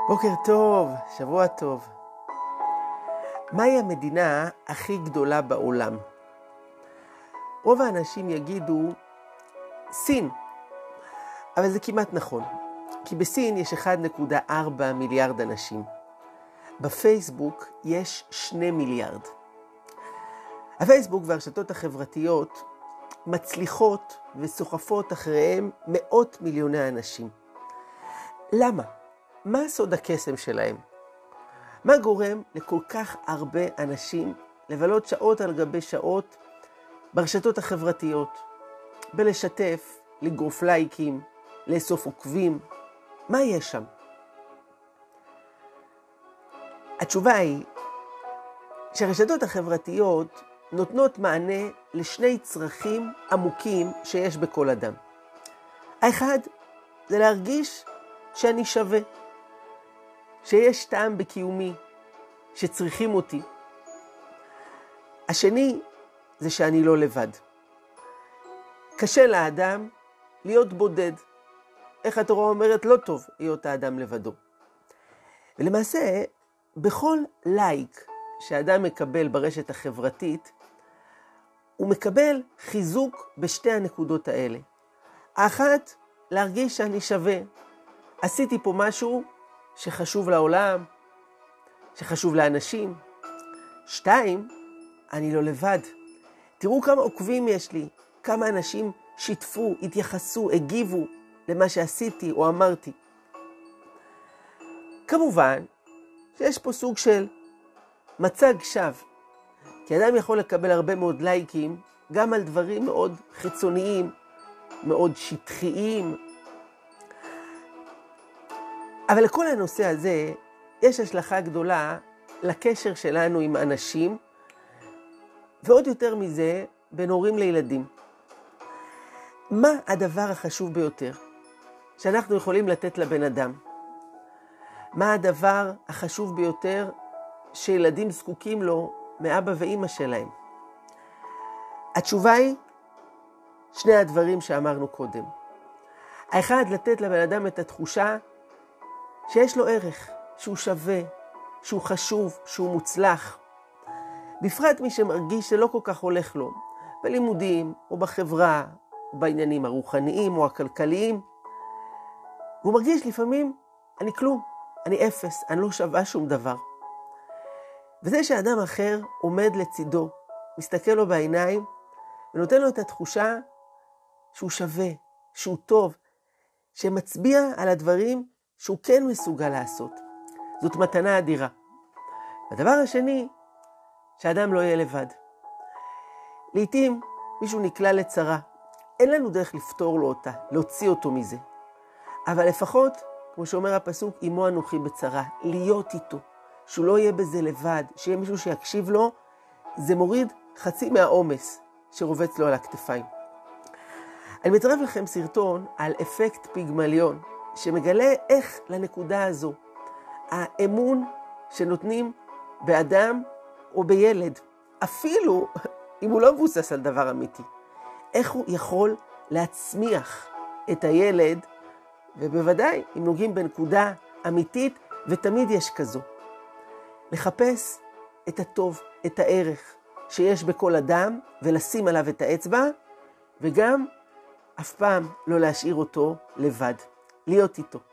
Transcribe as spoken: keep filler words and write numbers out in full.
בוקר טוב, שבוע טוב. מהי המדינה הכי גדולה בעולם? רוב האנשים יגידו סין, אבל זה כמעט נכון, כי בסין יש אחד נקודה ארבע מיליארד אנשים. בפייסבוק יש שני מיליארד. הפייסבוק והרשתות החברתיות מצליחות וסוחפות אחריהם מאות מיליוני אנשים. למה? מה סוד הקסם שלהם? מה גורם לכל כך הרבה אנשים לבלות שעות על גבי שעות ברשתות החברתיות, בלשתף, לגרוף לייקים, לאסוף עוקבים? מה יש שם? התשובה היא שהרשתות החברתיות נותנות מענה לשני צרכים עמוקים שיש בכל אדם. האחד זה להרגיש שאני שווה, שיש טעם בקיומי, שצריכים אותי. השני זה שאני לא לבד. קשה לאדם להיות בודד. איך התורה אומרת? לא טוב להיות האדם לבדו. ולמעשה, בכל לייק שאדם מקבל ברשת החברתית, הוא מקבל חיזוק בשתי הנקודות האלה. האחת, להרגיש שאני שווה. עשיתי פה משהו שחשוב לעולם, שחשוב לאנשים. שתיים, אני לא לבד. תראו כמה עוקבים יש לי, כמה אנשים שיתפו, התייחסו, הגיבו למה שעשיתי או אמרתי. כמובן שיש פה סוג של מצג שווא, כי אדם יכול לקבל הרבה מאוד לייקים, גם על דברים מאוד חיצוניים, מאוד שטחיים. אבל לכל הנושא הזה יש השלכה גדולה לקשר שלנו עם אנשים, ועוד יותר מזה בין הורים לילדים. מה הדבר החשוב ביותר שאנחנו יכולים לתת לבן אדם? מה הדבר החשוב ביותר שילדים זקוקים לו מאבא ואמא שלהם? התשובה היא שני הדברים שאמרנו קודם. האחד, לתת לבן אדם את התחושה שיש לו ערך, שהוא שווה, שהוא חשוב, שהוא מוצלח. בפרט מי שמרגיש שלא כל כך הולך לו, בלימודים או בחברה, או בעניינים הרוחניים או הכלכליים. והוא מרגיש לפעמים, אני כלום, אני אפס, אני לא שווה שום דבר. וזה שאדם אחר עומד לצידו, מסתכל לו בעיניים, ונותן לו את התחושה שהוא שווה, שהוא טוב, שמצביע על הדברים שהוא כן מסוגל לעשות. זאת מתנה אדירה. הדבר השני, שאדם לא יהיה לבד. לעתים מישהו נקלע לצרה. אין לנו דרך לפתור לו אותה, להוציא אותו מזה. אבל לפחות, כמו שאומר הפסוק, עמו אנוכי בצרה, להיות איתו, שהוא לא יהיה בזה לבד, שיהיה מישהו שיקשיב לו, זה מוריד חצי מהעומס שרובץ לו על הכתפיים. אני מצרף לכם סרטון על אפקט פיגמליון, שמגלה איך לנקודה הזו, האמון שנותנים באדם או בילד, אפילו אם הוא לא מבוסס על דבר אמיתי, איך הוא יכול להצמיח את הילד, ובוודאי אם נוגעים בנקודה אמיתית, ותמיד יש כזו. לחפש את הטוב, את הערך שיש בכל אדם, ולשים עליו את האצבע, וגם אף פעם לא להשאיר אותו לבד. להיות איתו.